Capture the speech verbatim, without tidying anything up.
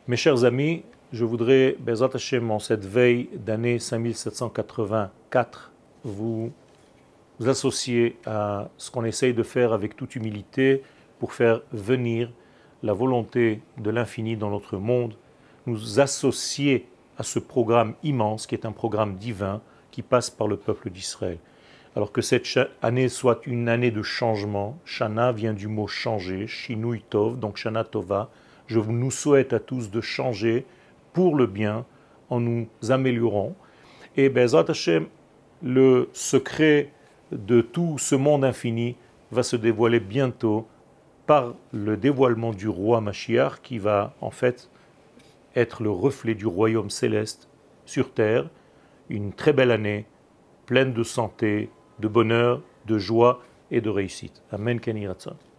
Mes chers amis, je voudrais, Bezrat Hashem, en cette veille d'année cinq mille sept cent quatre-vingt-quatre, vous associer à ce qu'on essaye de faire avec toute humilité pour faire venir la volonté de l'infini dans notre monde, nous associer à ce programme immense qui est un programme divin qui passe par le peuple d'Israël. Alors que cette année soit une année de changement, Shana vient du mot changer, Shinui Tov, donc Shana Tova, je nous souhaite à tous de changer pour le bien en nous améliorant. Et Bezrat Hashem, le secret de tout ce monde infini va se dévoiler bientôt par le dévoilement du roi Mashiach qui va en fait être le reflet du royaume céleste sur terre. Une très belle année, pleine de santé, de bonheur, de joie et de réussite. Amen, Ken Yiratzon.